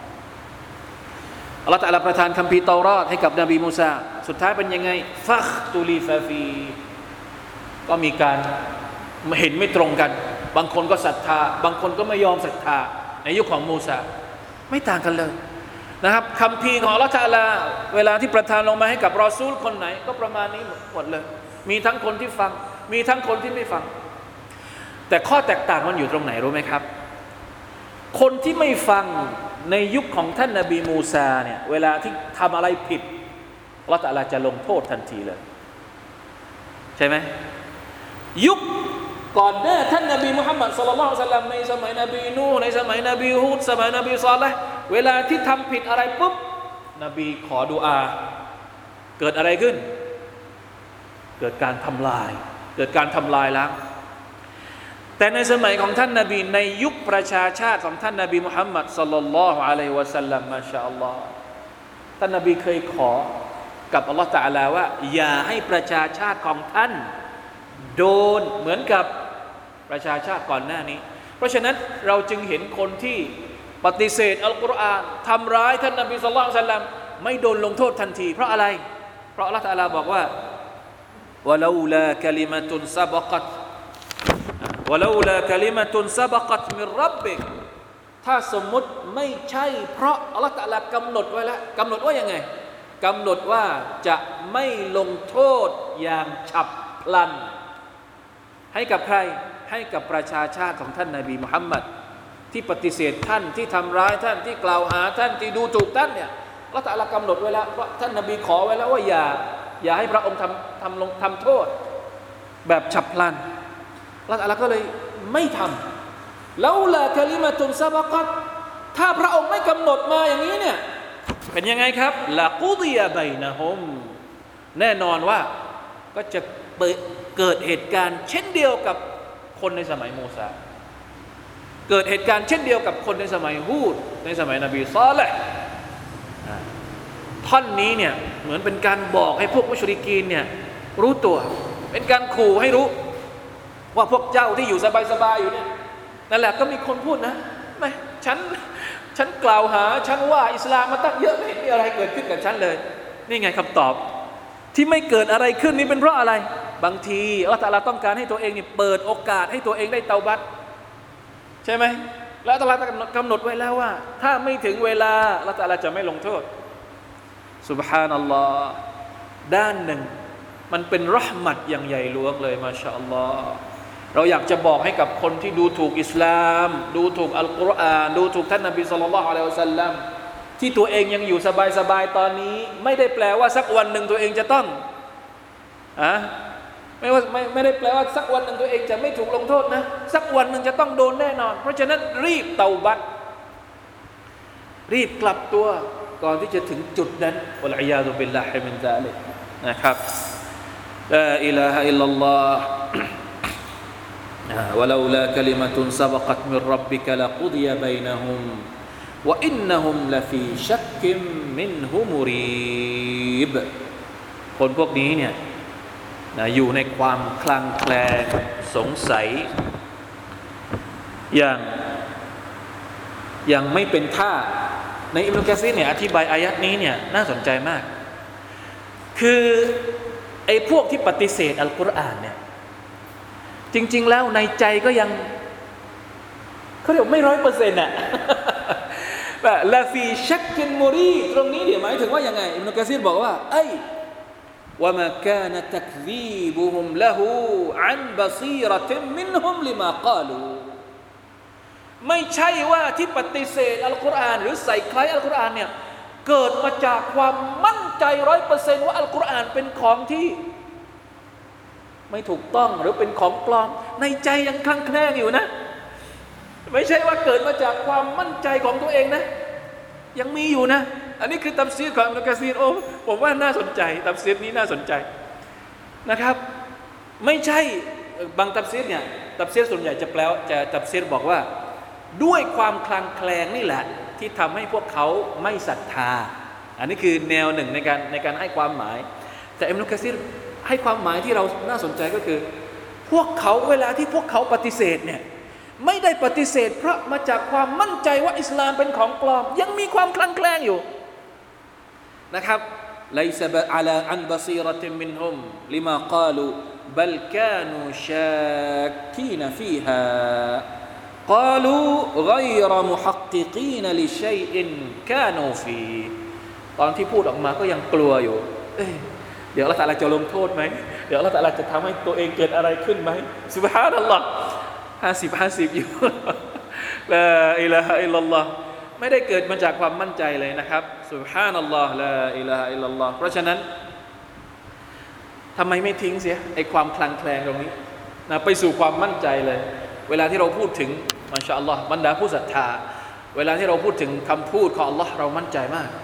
S1: อัลเลาะห์ตะอาลาประทานคัมภีร์เตารอดให้กับนบีมูซาสุดท้ายเป็นยังไงฟัคตุลิฟะฟีก็มีการเห็นไม่ตรงกันบางคนก็ศรัทธาบางคนก็ไม่ยอมศรัทธาในยุคของมูซาไม่ต่างกันเลยนะครับคัมภีร์ของอัลเลาะห์ตะอาลาเวลาที่ประทานลงมาให้กับรอซูลคนไหนก็ประมาณนี้หมดเลยมีทั้งคนที่ฟังมีทั้งคนที่ไม่ฟังแต่ข้อแตกต่างมันอยู่ตรงไหนรู้ไหมครับคนที่ไม่ฟังในยุคของท่านนบีมูซาเนี่ยเวลาที่ทำอะไรผิดอัลเลาะห์ตะอาลาจะลงโทษทันทีเลยใช่ไหมยุคก่อนหน้าท่านนบีมุฮัมมัดศ็อลลัลลอฮุอะลัยฮิวะซัลลัมในสมัยนบีนูห์ในสมัยนบีฮูดสมัยนบีศอลิห์เวลาที่ทำผิดอะไรปุ๊บนบีขอดุอาเกิดอะไรขึ้นเกิดการทำลายล้างแต่ในสมัยของท่านนบีในยุคประชาชาติของท่านนบีมุฮัมมัดศ็อลลัลลอฮุอะลัยฮิวะซัลลัมมาชาอัลลอฮ์ท่านนบีเคยขอกับอัลลอฮ์ตะอาลาว่าอย่าให้ประชาชาติของท่านโดนเหมือนกับประชาชาติก่อนหน้านี้เพราะฉะนั้นเราจึงเห็นคนที่ปฏิเสธอัลกุรอานทำร้ายท่านนบีศ็อลลัลลอฮุอะลัยฮิวะซัลลัมไม่โดนลงโทษทันทีเพราะอะไรเพราะอัลลอฮ์ตะอาลาบอกว่าวะลาอูลากะลิมะตุนซะบะกัตวะลาอูลากะลิมะตุนซะบะกัตมินร็อบบิกถ้าสมมุติไม่ใช่เพราะอัลลอฮ์ตะอาลากำหนดไว้แล้วกำหนดว่ายังไงกำหนดว่าจะไม่ลงโทษอย่างฉับพลันให้กับใครให้กับประชาชาติของท่านนบีมุฮัมมัดที่ปฏิเสธท่านที่ทำร้ายท่านที่กล่าวหาท่านที่ดูถูกท่านเนี่ยอัลเลาะห์ตะอาลากำหนดไว้แล้วว่าท่านนบีขอไว้แล้วว่าอย่าให้พระองค์ทำโทษแบบฉับพลันอัลเลาะห์ตะอาลาก็เลยไม่ทำแล้วละกะลิมะตุนซะบะกัตถ้าพระองค์ไม่กำหนดมาอย่างนี้เนี่ยเป็นยังไงครับละกุฎิยะบัยนะฮุมแน่นอนว่าก็จะเกิดเหตุการณ์เช่นเดียวกับคนในสมัยมูซาเกิดเหตุการณ์เช่นเดียวกับคนในสมัยฮูดในสมัยนบีซอลิห์ท่อนนี้เนี่ยเหมือนเป็นการบอกให้พวกมุชริกีนเนี่ยรู้ตัวเป็นการขู่ให้รู้ว่าพวกเจ้าที่อยู่สบายๆอยู่เนี่ยนั่นแหละก็มีคนพูดนะไม่ฉันกล่าวหาฉันว่าอิสลามมาตั้งเยอะไม่เห็นมีอะไรเกิดขึ้นกับฉันเลยนี่ไงคำตอบที่ไม่เกิดอะไรขึ้นนี่เป็นเพราะอะไรบางทีอัลเลาะห์ตะอาลาต้องการให้ตัวเองนี่เปิดโอกาสให้ตัวเองได้เตาบัตใช่ไหมแล้วอัลเลาะห์ตะอาลากำหนดไว้แล้วว่าถ้าไม่ถึงเวลาอัลเลาะห์ตะอาลาจะไม่ลงโทษซุบฮานัลลอฮ์ด้านหนึ่งมันเป็นเราะห์มัตอย่างใหญ่หลวงเลยมาชาอัลลอฮ์เราอยากจะบอกให้กับคนที่ดูถูกอิสลามดูถูกอัลกุรอานดูถูกท่านนบีศ็อลลัลลอฮุอะลัยฮิวะซัลลัมที่ตัวเองยังอยู่สบายๆตอนนี้ไม่ได้แปลว่าสักวันหนึ่งตัวเองจะต้องไม่ได้แปลว่าสักวันหนึ่งตัวเองจะไม่ถูกลงโทษนะสักวันหนึ่งจะต้องโดนแน่นอนเพราะฉะนั้นรีบเตาบัตรีบกลับตัวก่อนที่จะถึงจุดนั้นวัลอียาซุบิลลาฮิมินซาลิกนะครับลาอิลาฮะอิลลัลลอฮ์ولولا كلمة سبقت من ربك لقضي بينهم وإنهم لفي شك منه مريب คนพวกนี้เนี่ยอยู่ในความคลางแคลงสงสัยอย่างไม่เป็นท่าในอิบนุกะซีรเนี่ยอธิบายอายัดนี้เนี่ยน่าสนใจมากคือไอ้พวกที่ปฏิเสธอัลกุรอานเนี่ยจริงๆแล้วในใจก็ยังเขาเรียกไม่100%อ่ะแบบลาฟีชักกินมูรีตรงนี้เดี๋ยวหมายถึงว่ายังไงอิบนุกะซีรบอกว่าว่ามาคานะตักซีบุฮุมละฮูอันบะซีเราะติมินฮุมลิมาฆาลูไม่ใช่ว่าที่ปฏิเสธอัลกุรอานหรือใส่คล้ายอัลกุรอานเนี่ยเกิดมาจากความมั่นใจ 100% ว่าอัลกุรอานเป็นของที่ไม่ถูกต้องหรือเป็นของปลอมในใจยังคลั่งแคลงอยู่นะไม่ใช่ว่าเกิดมาจากความมั่นใจของตัวเองนะยังมีอยู่นะอันนี้คือตัฟซีรของอิบนุกะซีรผมว่าน่าสนใจตัฟซีรนี้น่าสนใจนะครับไม่ใช่บางตัฟซีรเนี่ยตัฟซีรส่วนใหญ่จะแปลจะตัฟซีรบอกว่าด้วยความคลางแคลงนี่แหละที่ทำให้พวกเขาไม่ศรัทธาอันนี้คือแนวหนึ่งในการให้ความหมายแต่อิบนุกะซีรให้ความหมายที่เราน่าสนใจก็คือพวกเขาเวลาที่พวกเขาปฏิเสธเนี่ยไม่ได้ปฏิเสธเพราะมาจากความมั่นใจว่าอิสลามเป็นของปลอมยังมีความคลั่งแคลงอยู่นะครับไลซะอะลาอันบะซีเราะติมินฮุมลิมาฆาลูบัลกานูชากีนฟีฮา قالوا غير محققين لشيء كانوا فيه ตอนที่พูดออกมาก็ยังกลัวอยู่เดี๋ยวอัลเลาะห์ตะอาลาจะลงโทษไหมเดี๋ยวอัลเลาะห์ตะอาลาจะทำให้ตัวเองเกิดอะไรขึ้นไหมซุบฮานัลลอฮ์50อยู่ลาอิลาฮะอิลลัลลอฮ์ไม่ได้เกิดมาจากความมั่นใจเลยนะครับซุบฮานัลลอฮ์ลาอิลาฮะอิลลัลลอฮ์เพราะฉะนั้นทำไมไม่ทิ้งเสียไอ้ความคลางแคลงตรงนี้นะไปสู่ความมั่นใจเลยเวลาที่เราพูดถึงมาชาอัลลอฮ์บรรดาผู้ศรัทธาเวลาที่เราพูดถึงคำพูดของอัลลอฮ์เรามั่นใจมาก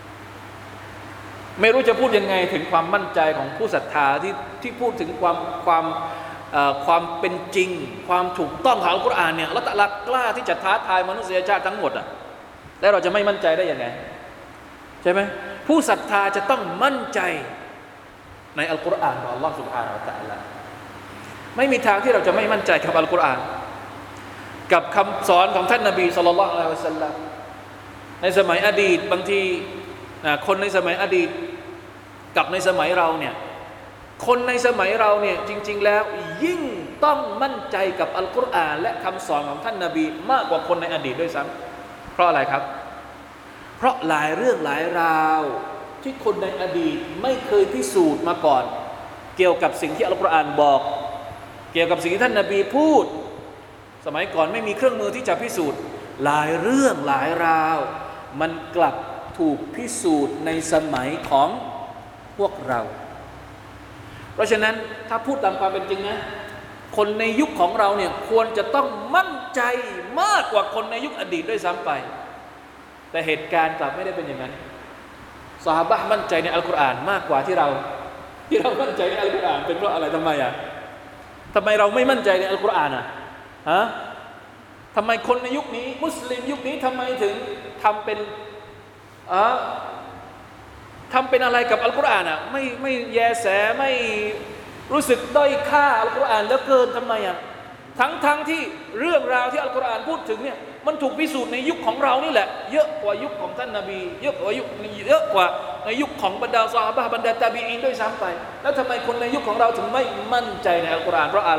S1: ไม่รู้จะพูดยังไงถึงความมั่นใจของผู้ศรัทธาที่พูดถึงความเป็นจริงความถูกต้องของอัลกุรอานเนี่ยอัลเลาะห์ตะอาลากล้าที่จะท้าทายมนุษยชาติทั้งหมดอ่ะแล้วเราจะไม่มั่นใจได้ยังไงใช่ไหมผู้ศรัทธาจะต้องมั่นใจในอัลกุรอานของอัลลอฮ์ سبحانه และ تعالى ไม่มีทางที่เราจะไม่มั่นใจกับอัลกุรอานกับคำสอนของท่านนบีศ็อลลัลลอฮุอะลัยฮิวะซัลลัมในสมัยอดีตบางทีคนในสมัยอดีตกับในสมัยเราเนี่ยคนในสมัยเราเนี่ยจริงๆแล้วยิ่งต้องมั่นใจกับอัลกุรอานและคำสอนของท่านนบีมากกว่าคนในอดีตด้วยซ้ำเพราะอะไรครับเพราะหลายเรื่องหลายราวที่คนในอดีตไม่เคยพิสูจน์มาก่อนเกี่ยวกับสิ่งที่อัลกุรอานบอกเกี่ยวกับสิ่งที่ท่านนบีพูดสมัยก่อนไม่มีเครื่องมือที่จะพิสูจน์หลายเรื่องหลายราวมันกลับถูกพิสูจน์ในสมัยของพวกเราเพราะฉะนั้นถ้าพูดตามความเป็นจริงนะคนในยุคของเราเนี่ยควรจะต้องมั่นใจมากกว่าคนในยุคอดีตด้วยซ้ำไปแต่เหตุการณ์กลับไม่ได้เป็นอย่างนั้นซอฮาบะห์มั่นใจในอัลกุรอานมากกว่าที่เรามั่นใจในอัลกุรอานเป็นเพราะอะไรทำไมเราไม่มั่นใจในอัลกุรอานทำไมคนในยุคนี้มุสลิมยุคนี้ทำไมถึงทำเป็นอะไรกับอัลกุรอานไม่แยแสไม่รู้สึกด้อยค่าอัลกุรอานเหลือเกินทำไมทั้งที่เรื่องราวที่อัลกุรอานพูดถึงเนี่ยมันถูกพิสูจน์ในยุคของเรานี่แหละเยอะกว่ายุคของท่านนบีเยอะกว่าในยุคของบรรดาซอฮาบะห์บรรดาตาบีอีนด้วยซ้ำไปแล้วทำไมคนในยุคของเราถึงไม่มั่นใจในอัลกุรอานเพราะอะไร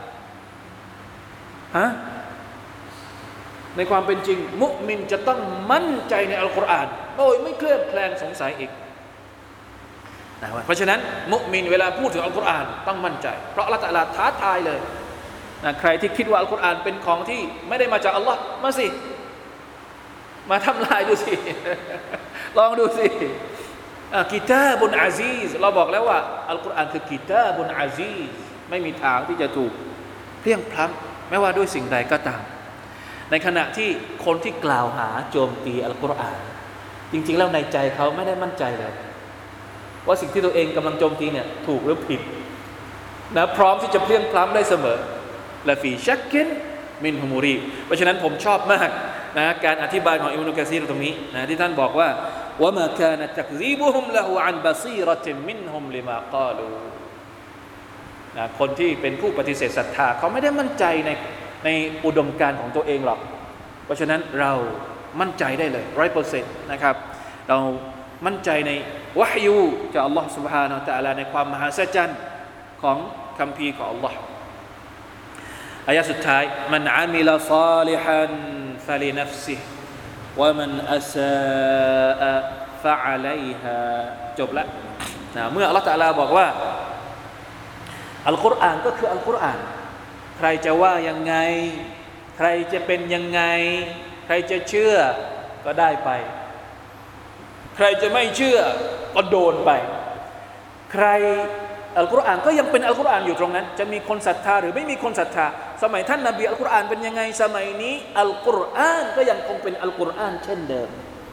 S1: ในความเป็นจริงมุมินจะต้องมั่นใจในอัลกุรอานโดยไม่เคลือบแคลงสงสัยอีกเพราะฉะนั้นมุมินเวลาพูดถึงอัลกุรอานต้องมั่นใจเพราะอัลเลาะห์ตะอาลาท้าทายเลยใครที่คิดว่าอัลกุรอานเป็นของที่ไม่ได้มาจากอัลลอฮ์มาสิมาทำลายดูสิ ลองดูสิกิตาบุนอาซีซเราบอกแล้วว่าอัลกุรอานคือกิตาบุนอาซีซไม่มีทางที่จะถูกเพลี่ยงพล้ำไม่ว่าด้วยสิ่งใดก็ตามในขณะที่คนที่กล่าวหาโจมตีอัลกุรอานจริงๆแล้วในใจเขาไม่ได้มั่นใจเลยว่าสิ่งที่ตัวเองกำลังโจมตีเนี่ยถูกหรือผิดนะพร้อมที่จะเพลี่ยงพล้ำได้เสมอละฟีชักกินมินฮุมูรีเพราะฉะนั้นผมชอบมากนะการอธิบายของอิบนุกะซีรตรงนี้นะที่ท่านบอกว่าวะมาคานะตักซีบุฮุมละฮูอันบะซีเราะตินมินฮุมลิมากาลูนะคนที่เป็นผู้ปฏิเสธศรัทธาเขาไม่ได้มั่นใจในอุดมการณ์ของตัวเองหรอกเพราะฉะนั้นเรามั่นใจได้เลย 100% นะครับเรามั่นใจในวะฮยูจากอัลลอฮฺ سبحانه และ تعالى ในความมหัศจรรย์ของคัมภีร์ของอัลลอฮฺอายะสุดท้ายมันอามิลซาลิฮันฟะลินัฟซิฮิวะมันอาซาอะฟะอะลัยฮาจบแล้วเมื่ออัลลอฮฺ تعالى บอกว่าอัลกุรอานก็คืออัลกุรอานใครจะว่ายังไงใครจะเป็นยังไงใครจะเชื่อก็ได้ไปใครจะไม่เชื่อก็โดนไปใครอัลกุรอานก็ยังเป็นอัลกุรอานอยู่ตรงนั้นจะมีคนศรัทธาหรือไม่มีคนศรัทธาสมัยท่านนบีอัลกุรอานเป็นยังไงสมัยนี้อัลกุรอานก็ยังคงเป็นอัลกุรอานเช่นเดิม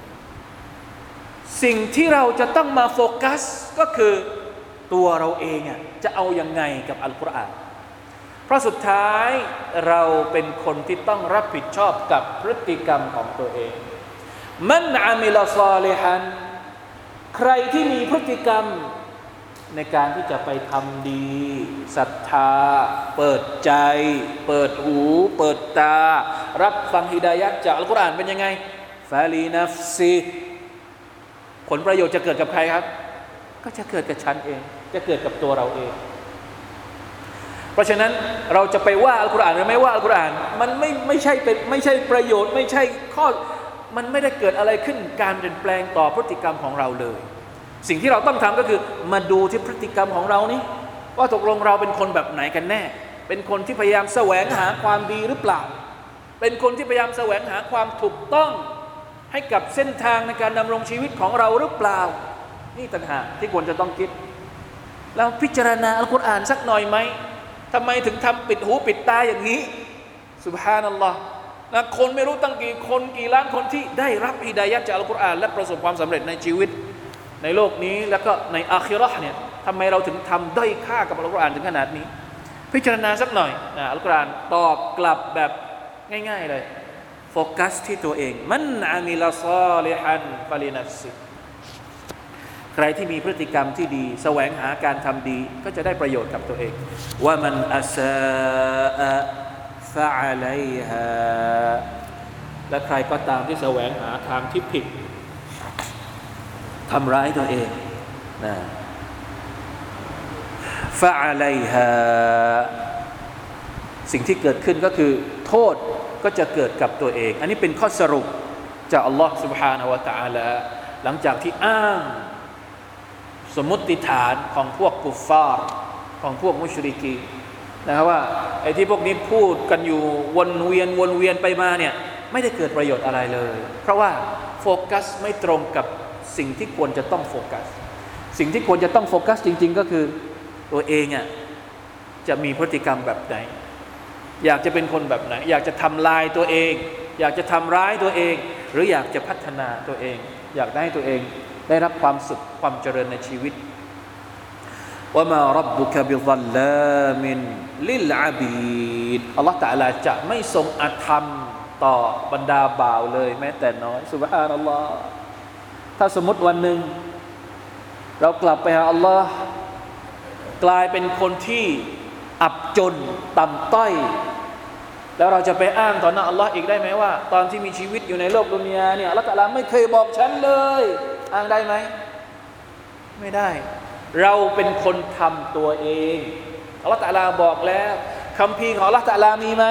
S1: สิ่งที่เราจะต้องมาโฟกัสก็คือตัวเราเองจะเอายังไงกับอัลกุรอานเพราะสุดท้ายเราเป็นคนที่ต้องรับผิดชอบกับพฤติกรรมของตัวเองมันอามิลซอลิฮันใครที่มีพฤติกรรมในการที่จะไปทำดีศรัทธาเปิดใจเปิดหูเปิดตารับฟังฮิดายะห์จากอัลกุรอานเป็นยังไงฟาลีนัฟซิผลประโยชน์จะเกิดกับใครครับก็จะเกิดกับฉันเองจะเกิดกับตัวเราเองเพราะฉะนั้นเราจะไปว่าอัลกุรอานหรือไม่ว่าอัลกุรอานมันไม่ใช่ประโยชน์ไม่ใช่ข้อมันไม่ได้เกิดอะไรขึ้นการเปลี่ยนแปลงต่อพฤติกรรมของเราเลยสิ่งที่เราต้องทำก็คือมาดูที่พฤติกรรมของเรานี้ว่าตกลงเราเป็นคนแบบไหนกันแน่เป็นคนที่พยายามแสวงหาความดีหรือเปล่าเป็นคนที่พยายามแสวงหาความถูกต้องให้กับเส้นทางในการดำรงชีวิตของเราหรือเปล่านี่ต่างหากที่ควรจะต้องคิดแล้วพิจารณาอัลกุรอานสักหน่อยไหมทำไมถึงทำปิดหูปิดตาอย่างนี้ซุบฮานัลลอฮ์นะคนไม่รู้ตั้งกี่คนกี่ล้านคนที่ได้รับฮิดายะห์จากอัลกุรอานและประสบความสำเร็จในชีวิตในโลกนี้แล้วก็ในอาคิเราะห์เนี่ยทำไมเราถึงทำด้อยค่ากับอัลกุรอานถึงขนาดนี้พิจารณาสักหน่อยอัลกุรอานตอบกลับแบบง่ายๆเลยโฟกัสที่ตัวเองมันอามิลซอลิฮันฟะลินัฟซิใครที่มีพฤติกรรมที่ดีแสวงหาการทำดีก็จะได้ประโยชน์กับตัวเองว่ามันอาซาฟะอะลัยฮาและใครก็ตามที่แสวงหาทางที่ผิดทำร้ายตัวเองนะฟะอะลัยฮาสิ่งที่เกิดขึ้นก็คือโทษก็จะเกิดกับตัวเองอันนี้เป็นข้อสรุปจากอัลลอฮ์ سبحانه และ تعالى หลังจากที่อ้างสมมติฐานของพวกกุฟฟาร์ของพวกมุชริกีนะครับว่าไอ้ที่พวกนี้พูดกันอยู่วนเวียนไปมาเนี่ยไม่ได้เกิดประโยชน์อะไรเลยเพราะว่าโฟกัสไม่ตรงกับสิ่งที่ควรจะต้องโฟกัสสิ่งที่ควรจะต้องโฟกัสจริงๆก็คือตัวเองอ่ะจะมีพฤติกรรมแบบไหนอยากจะเป็นคนแบบไหนอยากจะทำลายตัวเองอยากจะทำร้ายตัวเองหรืออยากจะพัฒนาตัวเองอยากได้ตัวเองได้รับความสุขความเจริญในชีวิตว่ามารับบุคบิซัลลามินลิลอาบีดอัลลอฮฺตะอาลาจะไม่ทรงอธรรมต่อบรรดาบ่าวเลยแม้แต่น้อยซุบฮานัลลอฮฺถ้าสมมติวันหนึ่งเรากลับไปหาอัลลอฮฺกลายเป็นคนที่อับจนต่ำต้อยแล้วเราจะไปอ้างต่อหน้าอัลลอฮ์อีกได้ไหมว่าตอนที่มีชีวิตอยู่ในโลกดุนยาเนี่ยอัลลอฮ์ตะอาลาไม่เคยบอกฉันเลยอ้างได้ไหมไม่ได้เราเป็นคนทำตัวเองอัลลอฮ์ตะอาลาบอกแล้วคัมภีร์ของอัลลอฮ์ตะอาลามีไหม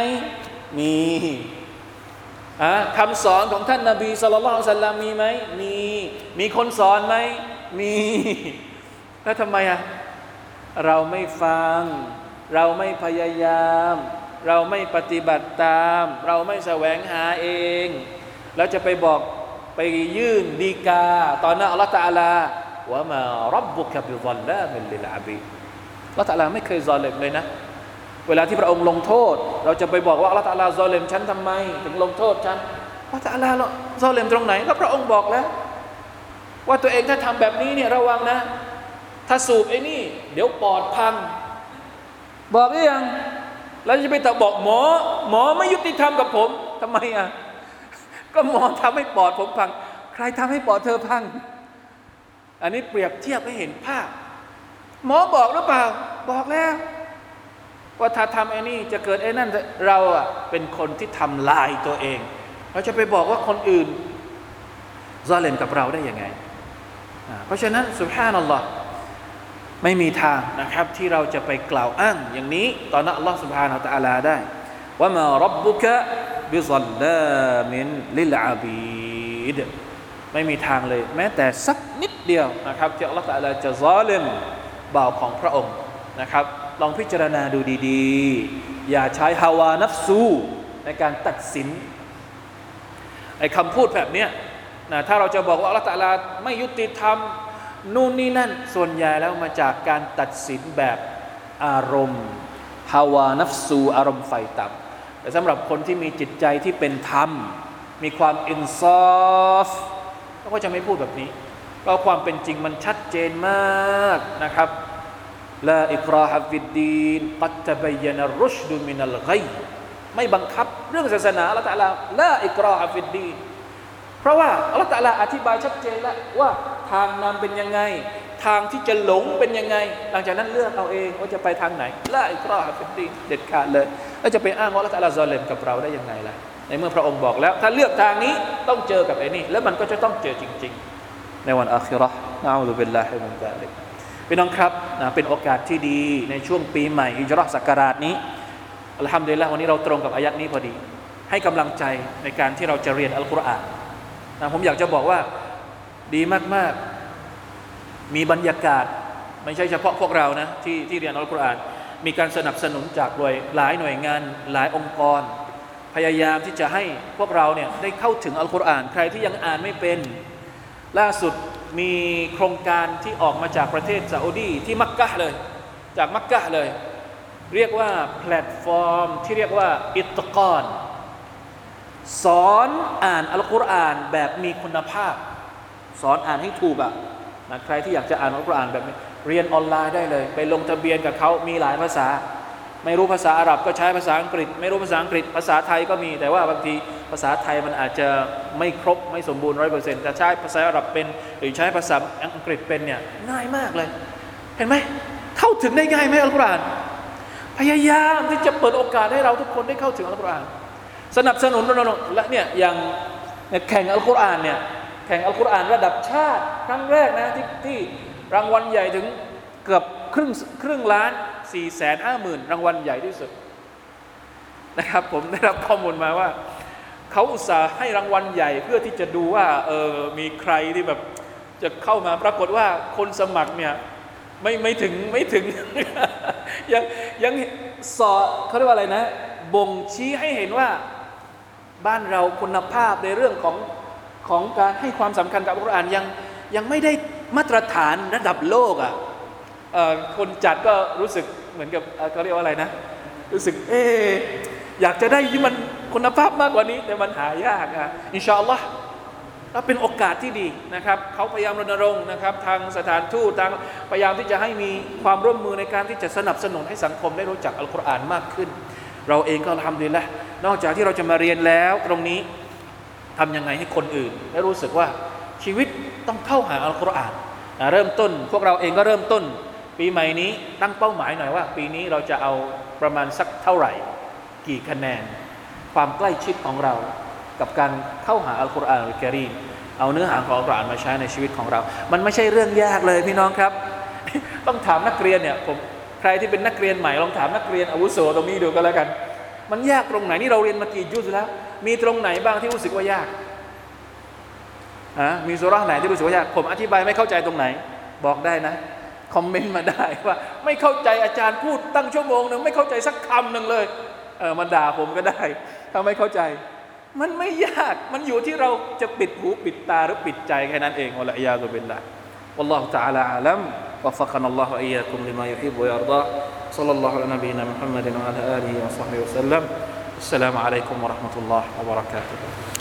S1: มีคำสอนของท่านนบีศ็อลลัลลอฮุอะลัยฮิวะซัลลัมมีไหมมีคนสอนไหมมีแล้วทำไมเราไม่ฟังเราไม่พยายามเราไม่ปฏิบัติตามเราไม่แสวงหาเองแล้วจะไปบอกไปยื่นฎีกาต่อหน้าอัลเลาะห์ตะอาลาวะมารับบุกบิซัลลามินลิลอาบีดอัลเลาะห์ตะอาลาไม่เคยซอลิมเลยนะเวลาที่พระองค์ลงโทษเราจะไปบอกว่าอัลเลาะห์ตะอาลาซอลิมฉันทำไมถึงลงโทษฉันอัลเลาะห์ตะอาลาซอลิมตรงไหนก็พระองค์บอกแล้วว่าตัวเองถ้าทำแบบนี้เนี่ยระวังนะถ้าสูบไอ้นี่เดี๋ยวปอดพังบอกหรือยังแล้วจะไปตะบอกหมอไม่ยุติธรรมกับผมทำไมก็หมอทำให้ปอดผมพังใครทำให้ปอดเธอพังอันนี้เปรียบเทียบให้เห็นภาพหมอบอกหรือเปล่าบอกแล้วว่าถ้าทำไอ้นี่จะเกิดไอ้นั่นเราเป็นคนที่ทำลายตัวเองเราจะไปบอกว่าคนอื่นซอลิมกับเราได้ยังไงเพราะฉะนั้นซุบฮานัลลอฮ์ไม่มีทางนะครับที่เราจะไปกล่าวอ้างอย่างนี้ต่อหน้าอัลลอฮฺ سبحانه และ تعالى ได้ว่ามารับบุกะบิซัลลามินลิลอาบีดไม่มีทางเลยแม้แต่สักนิดเดียวนะครับที่อัลลอฮฺ تعالى จะซอลิมบ่าวของพระองค์นะครับลองพิจารณาดูดีๆอย่าใช้ฮาวานัฟซูในการตัดสินไอ้คำพูดแบบเนี้ยนะถ้าเราจะบอกว่าอัลลอฮฺ تعالى ไม่ยุติธรรมนู่นนี่นั่นส่วนใหญ่แล้วมาจากการตัดสินแบบอารมณ์ฮาวานัฟซูอารมณ์ไฟต่ำแต่สำหรับคนที่มีจิตใจที่เป็นธรรมมีความอินซอฟก็จะไม่พูดแบบนี้เพราะความเป็นจริงมันชัดเจนมากนะครับลาอิกราฮะฟิดดีนกัดตะบัยนะรุชดุมินัลฆัยไม่บังคับเรื่องศาสนาอัลเลาะห์ตะอาลาลาอิกราฮะฟิดดีนเพราะว่าอัลเลาะห์ตะอาลาอธิบายชัดเจนแล้วว่าทางนำเป็นยังไงทางที่จะหลงเป็นยังไงหลังจากนั้นเลือกเอาเองว่าจะไปทางไหนละอิกราฮะฟิดดีนเด็ดขาดเลยแล้วจะไปอ้างว่าอัลเลาะห์ตะอาลาซอลิมกับเราได้ยังไงล่ะในเมื่อพระองค์บอกแล้วถ้าเลือกทางนี้ต้องเจอกับไอ้นี่แล้วมันก็จะต้องเจอจริงๆในวันอาคิเราะห์นะอูซุบิลลาฮิมินซาลิกพี่น้องครับเป็นโอกาสที่ดีในช่วงปีใหม่ฮิจเราะห์ศักราชนี้อัลฮัมดุลิลละห์วันนี้เราตรงกับอายัดนี้พอดีให้กำลังใจในการที่เราจะเรียนอัลกุรอานผมอยากจะบอกว่าดีมากๆมีบรรยากาศไม่ใช่เฉพาะพวกเรานะที่เรียนอัลกุรอานมีการสนับสนุนจากหลายหน่วยงานหลายองค์กรพยายามที่จะให้พวกเราเนี่ยได้เข้าถึงอัลกุรอานใครที่ยังอ่านไม่เป็นล่าสุดมีโครงการที่ออกมาจากประเทศซาอุดีที่มักกะฮ์เลยจากมักกะฮ์เลยเรียกว่าแพลตฟอร์มที่เรียกว่าอิตกอนสอนอ่านอัลกุรอานแบบมีคุณภาพสอนอ่านให้ถูกนะใครที่อยากจะอ่านอัลกุรอานแบบนี้เรียนออนไลน์ได้เลยไปลงทะเบียนกับเขามีหลายภาษาไม่รู้ภาษาอาหรับก็ใช้ภาษาอังกฤษไม่รู้ภาษาอังกฤษภาษาไทยก็มีแต่ว่าบางทีภาษาไทยมันอาจจะไม่ครบไม่สมบูรณ์ 100% แต่ใช้ภาษาอาหรับเป็นหรือใช้ภาษาอังกฤษเป็นเนี่ยง่ายมากเลยเห็นไหมเข้าถึงได้ง่ายไหมอัลกุรอานพยายามที่จะเปิดโอกาสให้เราทุกคนได้เข้าถึงอัลกุรอานสนับสนุนเราและเนี่ยอย่างแข่งอัลกุรอานเนี่ยแข่งอัลกุรอานระดับชาติครั้งแรกนะที่รางวัลใหญ่ถึงเกือบครึ่งล้าน450,000รางวัลใหญ่ที่สุดนะครับผมได้รับข้อมูลมาว่าเขาอุตส่าห์ให้รางวัลใหญ่เพื่อที่จะดูว่ามีใครที่แบบจะเข้ามาปรากฏว่าคนสมัครเนี่ยไม่ถึง ยังสอเขาเรียกว่าอะไรนะบ่งชี้ให้เห็นว่าบ้านเราคุณภาพในเรื่องของการให้ความสำคัญกับอัลกุรอานยังไม่ได้มาตรฐานระดับโลกคนจัดก็รู้สึกเหมือนกับเขาเรียกว่าอะไรนะรู้สึกอยากจะได้ที่มันคุณภาพมากกว่านี้แต่มันหายากอินชาอัลลอฮ์แล้วเป็นโอกาสที่ดีนะครับเขาพยายามรณรงค์นะครับทางสถานทูตทางพยายามที่จะให้มีความร่วมมือในการที่จะสนับสนุนให้สังคมได้รู้จักอัลกุรอานมากขึ้นเราเองก็ทำดีแล้วนอกจากที่เราจะมาเรียนแล้วตรงนี้ทำยังไงให้คนอื่นได้รู้สึกว่าชีวิตต้องเข้าหาอัลกุรอานเริ่มต้นพวกเราเองก็เริ่มต้นปีใหม่นี้ตั้งเป้าหมายหน่อยว่าปีนี้เราจะเอาประมาณสักเท่าไหร่กี่คะแนนความใกล้ชิดของเรากับการเข้าหาอัลกุรอานอัลกะรีมเอาเนื้อหาของอัลกุรอานมาใช้ในชีวิตของเรามันไม่ใช่เรื่องยากเลยพี่น้องครับ ต้องถามนักเรียนเนี่ยผมใครที่เป็นนักเรียนใหม่ลองถามนักเรียนอาวุโสตรงนี้ดูก็แล้วกันมันยากตรงไหนนี่เราเรียนมากี่ยุสแล้วมีตรงไหนบ้างที่รู้สึกว่ายากมีซูเราะห์ไหนที่รู้สึกว่ายากผมอธิบายไม่เข้าใจตรงไหนบอกได้นะคอมเมนต์มาได้ว่าไม่เข้าใจอาจารย์พูดตั้งชั่วโมงนึงไม่เข้าใจสักคำหนึ่งเลยมาด่าผมก็ได้ถ้าไม่เข้าใจมันไม่ยากมันอยู่ที่เราจะปิดหูปิดตาหรือปิดใจแค่นั้นเองวะละอิยาซุบิลลาห์วัลลอฮุตะอาลาอาลัมوفقنا الله وإياكم لما يحب ويرضى صلى الله على نبينا محمد وعلى آله وصحبه وسلم السلام عليكم ورحمة الله وبركاته